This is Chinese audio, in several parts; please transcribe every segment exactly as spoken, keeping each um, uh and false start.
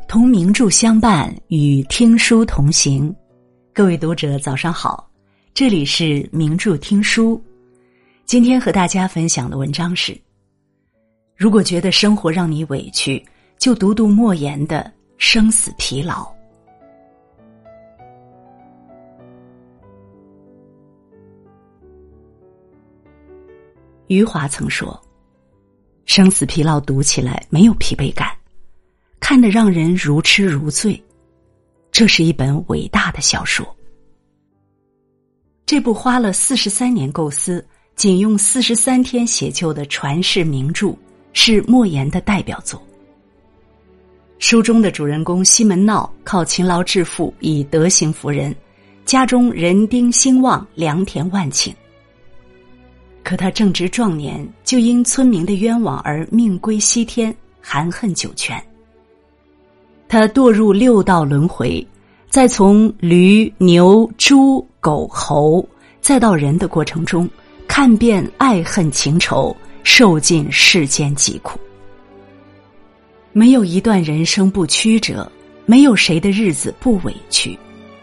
同名著相伴，与听书同行。各位读者早上好，这里是名著听书。今天和大家分享的文章是：如果觉得生活让你委屈，就读读莫言的《生死疲劳》。余华曾说，生死疲劳读起来没有疲惫感，看得让人如痴如醉。这是一本伟大的小说。这部花了四十三年构思，仅用四十三天写就的传世名著，是莫言的代表作。书中的主人公西门闹靠勤劳致富，以德行服人，家中人丁兴旺，良田万顷。可他正值壮年，就因村民的冤枉而命归西天，含恨九泉。他堕入六道轮回，在从驴、牛、猪、狗、猴再到人的过程中，看遍爱恨情仇，受尽世间疾苦。没有一段人生不曲折，没有谁的日子不委屈。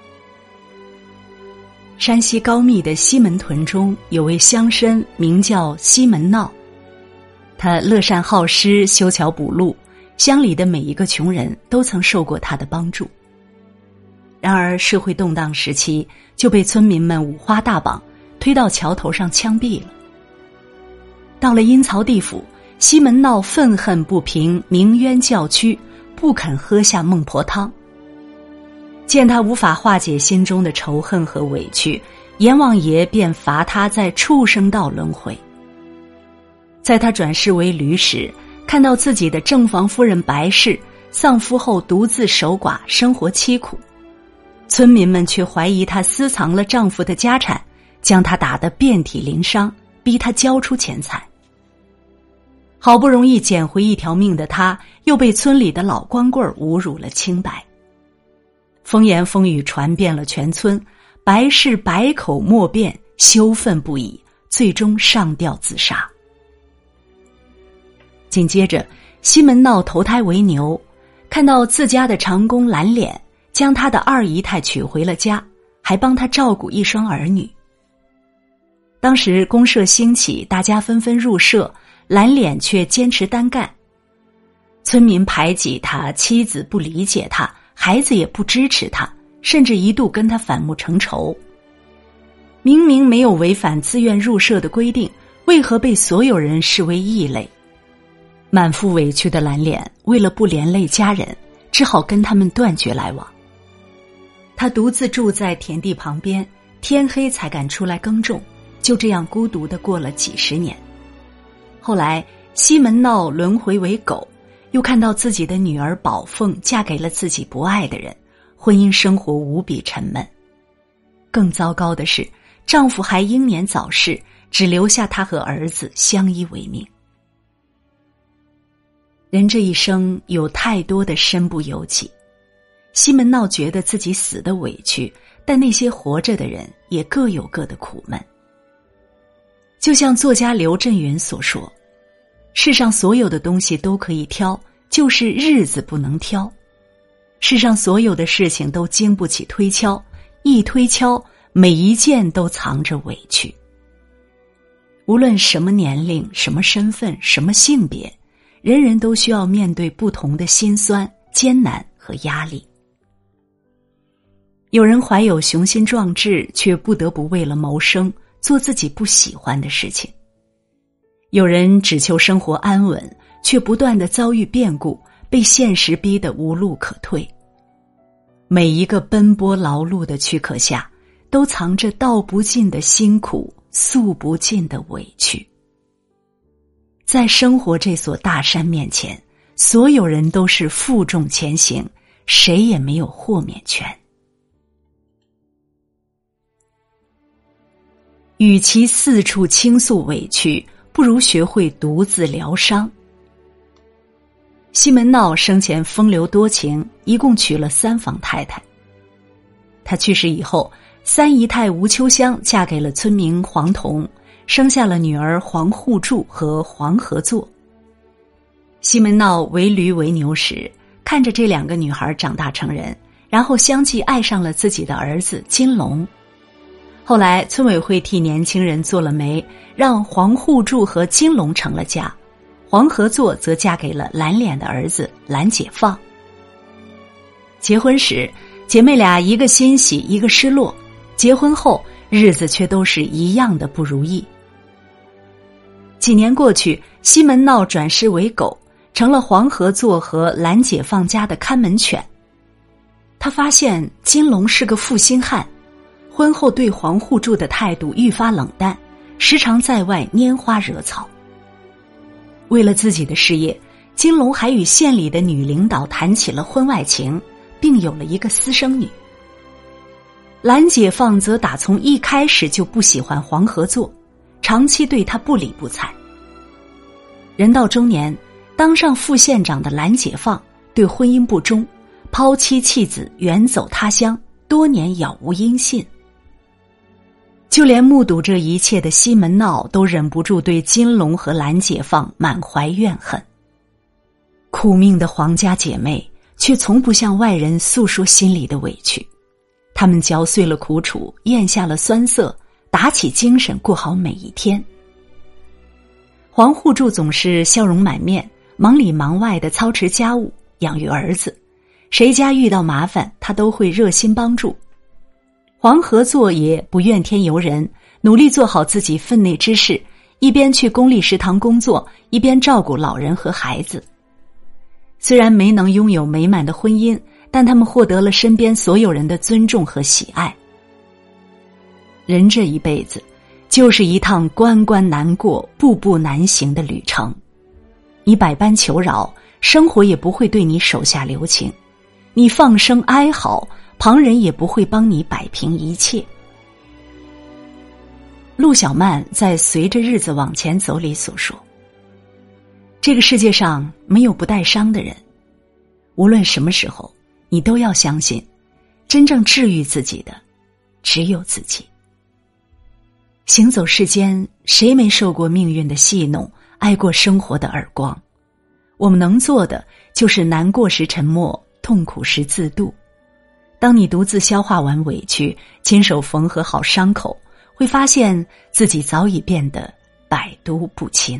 山西高密的西门屯中有位乡绅，名叫西门闹。他乐善好施，修桥补路，乡里的每一个穷人都曾受过他的帮助。然而社会动荡时期，就被村民们五花大绑，推到桥头上枪毙了。到了阴曹地府，西门闹愤恨不平，鸣冤叫屈，不肯喝下孟婆汤。见他无法化解心中的仇恨和委屈，阎王爷便罚他在畜生道轮回。在他转世为驴时，看到自己的正房夫人白氏丧夫后独自守寡，生活凄苦，村民们却怀疑她私藏了丈夫的家产，将她打得遍体鳞伤，逼她交出钱财。好不容易捡回一条命的她，又被村里的老光棍侮辱了清白。风言风语传遍了全村，白氏百口莫辩，羞愤不已，最终上吊自杀。紧接着西门闹投胎为牛，看到自家的长工蓝脸将他的二姨太娶回了家，还帮他照顾一双儿女。当时公社兴起，大家纷纷入社，蓝脸却坚持单干。村民排挤他，妻子不理解他，孩子也不支持他，甚至一度跟他反目成仇。明明没有违反自愿入社的规定，为何被所有人视为异类？满腹委屈的蓝脸为了不连累家人，只好跟他们断绝来往。他独自住在田地旁边，天黑才敢出来耕种，就这样孤独地过了几十年。后来西门闹轮回为狗，又看到自己的女儿宝凤嫁给了自己不爱的人，婚姻生活无比沉闷。更糟糕的是，丈夫还英年早逝，只留下她和儿子相依为命。人这一生有太多的身不由己，西门闹觉得自己死的委屈，但那些活着的人也各有各的苦闷。就像作家刘震云所说，世上所有的东西都可以挑，就是日子不能挑。世上所有的事情都经不起推敲，一推敲，每一件都藏着委屈。无论什么年龄，什么身份，什么性别，人人都需要面对不同的辛酸、艰难和压力。有人怀有雄心壮志，却不得不为了谋生做自己不喜欢的事情。有人只求生活安稳，却不断地遭遇变故，被现实逼得无路可退。每一个奔波劳碌的躯壳下，都藏着道不尽的辛苦，诉不尽的委屈。在生活这座大山面前，所有人都是负重前行，谁也没有豁免权。与其四处倾诉委屈，不如学会独自疗伤。西门闹生前风流多情，一共娶了三房太太。他去世以后，三姨太吴秋香嫁给了村民黄同，生下了女儿黄护柱和黄合作。西门闹为驴为牛时， 看着这两个女孩长大成人，然后相继爱上了自己的儿子金龙。后来村委会替年轻人做了媒，让黄互助和金龙成了家，黄合作则嫁给了蓝脸的儿子蓝解放。结婚时，姐妹俩一个欣喜一个失落，结婚后日子却都是一样的不如意。几年过去，西门闹转世为狗，成了黄合作和蓝解放家的看门犬。他发现金龙是个负心汉，婚后对黄互助的态度愈发冷淡，时常在外拈花惹草。为了自己的事业，金龙还与县里的女领导谈起了婚外情，并有了一个私生女。蓝解放则打从一开始就不喜欢黄合作，长期对他不理不睬。人到中年，当上副县长的蓝解放对婚姻不忠，抛妻弃子远走他乡，多年杳无音信。就连目睹这一切的西门闹都忍不住对金龙和蓝解放满怀怨恨。苦命的黄家姐妹却从不向外人诉说心里的委屈，她们嚼碎了苦楚，咽下了酸涩，打起精神过好每一天。黄互助总是笑容满面，忙里忙外地操持家务，养育儿子，谁家遇到麻烦他都会热心帮助。黄合作也不怨天尤人，努力做好自己分内之事，一边去公立食堂工作，一边照顾老人和孩子。虽然没能拥有美满的婚姻，但他们获得了身边所有人的尊重和喜爱。人这一辈子就是一趟关关难过步步难行的旅程，你百般求饶，生活也不会对你手下留情，你放声哀嚎，旁人也不会帮你摆平一切。陆小曼在《随着日子往前走》里所说，这个世界上没有不带伤的人，无论什么时候，你都要相信，真正治愈自己的只有自己。行走世间，谁没受过命运的戏弄，挨过生活的耳光？我们能做的就是难过时沉默，痛苦时自度。当你独自消化完委屈，亲手缝合好伤口，会发现自己早已变得百毒不侵。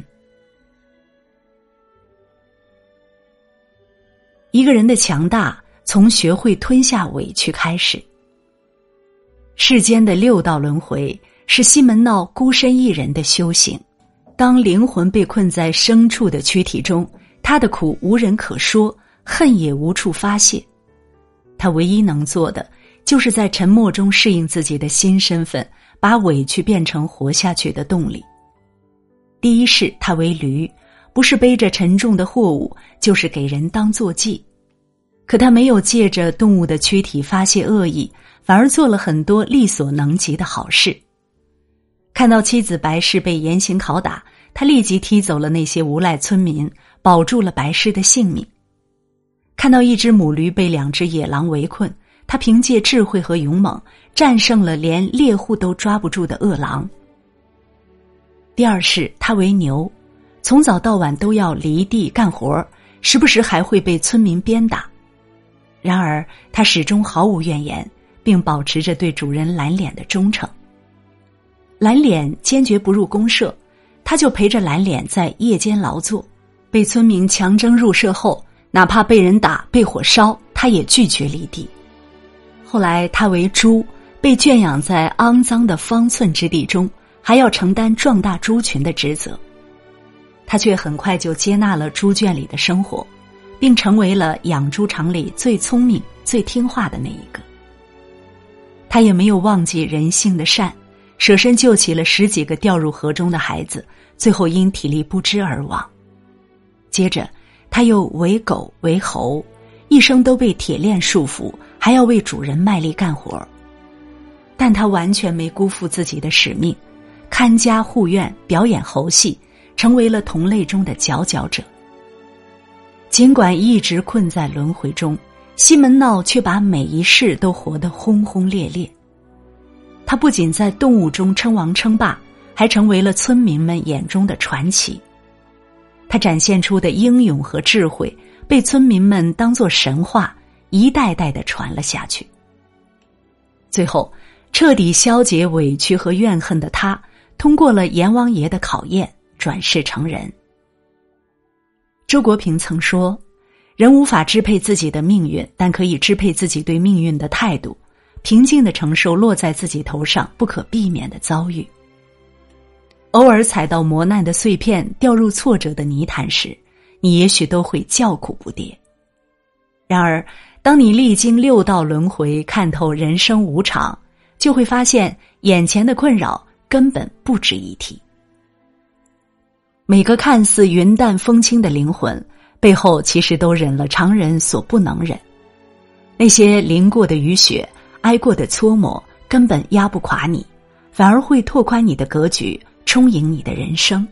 一个人的强大，从学会吞下委屈开始。世间的六道轮回，是西门闹孤身一人的修行。当灵魂被困在牲畜的躯体中，他的苦无人可说，恨也无处发泄。他唯一能做的，就是在沉默中适应自己的新身份，把委屈变成活下去的动力。第一世他为驴，不是背着沉重的货物，就是给人当坐骑。可他没有借着动物的躯体发泄恶意，反而做了很多力所能及的好事。看到妻子白氏被严刑拷打，他立即踢走了那些无赖村民，保住了白氏的性命。看到一只母驴被两只野狼围困，他凭借智慧和勇猛，战胜了连猎户都抓不住的恶狼。第二世他为牛，从早到晚都要犁地干活，时不时还会被村民鞭打。然而他始终毫无怨言，并保持着对主人蓝脸的忠诚。蓝脸坚决不入公社，他就陪着蓝脸在夜间劳作，被村民强征入社后，哪怕被人打被火烧，他也拒绝离地。后来他为猪，被圈养在肮脏的方寸之地中，还要承担壮大猪群的职责。他却很快就接纳了猪圈里的生活，并成为了养猪场里最聪明最听话的那一个。他也没有忘记人性的善，舍身救起了十几个掉入河中的孩子，最后因体力不支而亡。接着他又为狗为猴，一生都被铁链束缚，还要为主人卖力干活。但他完全没辜负自己的使命，看家护院，表演猴戏，成为了同类中的佼佼者。尽管一直困在轮回中，西门闹却把每一世都活得轰轰烈烈。他不仅在动物中称王称霸，还成为了村民们眼中的传奇。他展现出的英勇和智慧， 被村民们当作神话，一代代地传了下去。最后，彻底消解委屈和怨恨的他，通过了阎王爷的考验，转世成人。周国平曾说，人无法支配自己的命运，但可以支配自己对命运的态度，平静地承受落在自己头上不可避免的遭遇。偶尔踩到磨难的碎片，掉入挫折的泥潭时，你也许都会叫苦不迭。然而，当你历经六道轮回，看透人生无常，就会发现眼前的困扰根本不值一提。每个看似云淡风轻的灵魂，背后其实都忍了常人所不能忍。那些淋过的雨雪，挨过的搓磨，根本压不垮你，反而会拓宽你的格局，充盈你的人生。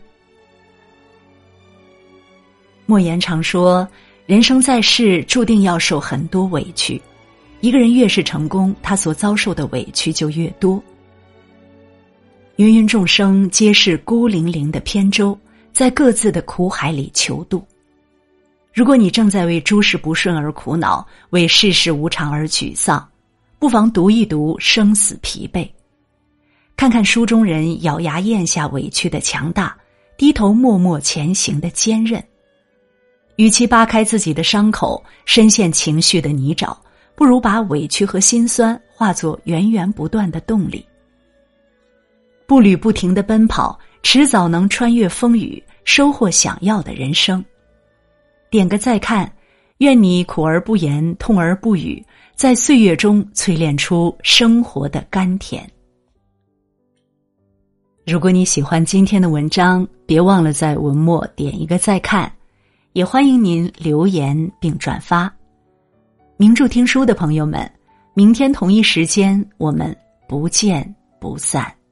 莫言常说，人生在世注定要受很多委屈，一个人越是成功，他所遭受的委屈就越多。芸芸众生皆是孤零零的扁舟，在各自的苦海里求渡。如果你正在为诸事不顺而苦恼，为世事无常而沮丧，不妨读一读《生死疲惫》，看看书中人咬牙咽下委屈的强大，低头默默前行的坚韧。与其扒开自己的伤口，深陷情绪的泥沼，不如把委屈和心酸化作源源不断的动力。步履不停地奔跑，迟早能穿越风雨，收获想要的人生。点个再看，愿你苦而不言，痛而不语，在岁月中淬炼出生活的甘甜。如果你喜欢今天的文章，别忘了在文末点一个再看，也欢迎您留言并转发。名著听书的朋友们，明天同一时间我们不见不散。